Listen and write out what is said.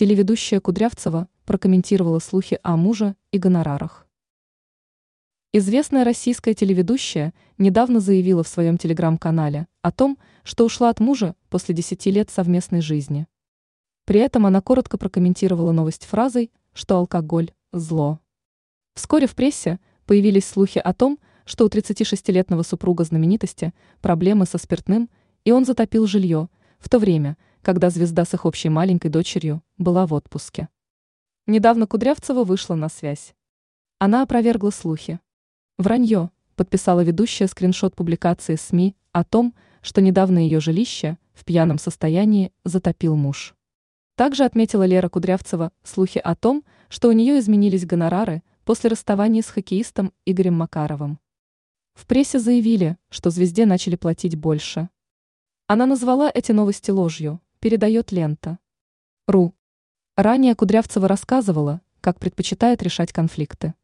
Телеведущая Кудрявцева прокомментировала слухи о муже и гонорарах. Известная российская телеведущая недавно заявила в своем телеграм-канале о том, что ушла от мужа после 10 лет совместной жизни. При этом она коротко прокомментировала новость фразой, что алкоголь – зло. Вскоре в прессе появились слухи о том, что у 36-летнего супруга знаменитости проблемы со спиртным, и он затопил жилье, в то время, когда звезда с их общей маленькой дочерью была в отпуске. Недавно Кудрявцева вышла на связь. Она опровергла слухи. «Вранье», подписала ведущая скриншот публикации СМИ о том, что недавно ее жилище в пьяном состоянии затопил муж. Также отметила Лера Кудрявцева слухи о том, что у нее изменились гонорары после расставания с хоккеистом Игорем Макаровым. В прессе заявили, что звезде начали платить больше. Она назвала эти новости ложью, передает Лента.ру. Ранее Кудрявцева рассказывала, как предпочитает решать конфликты.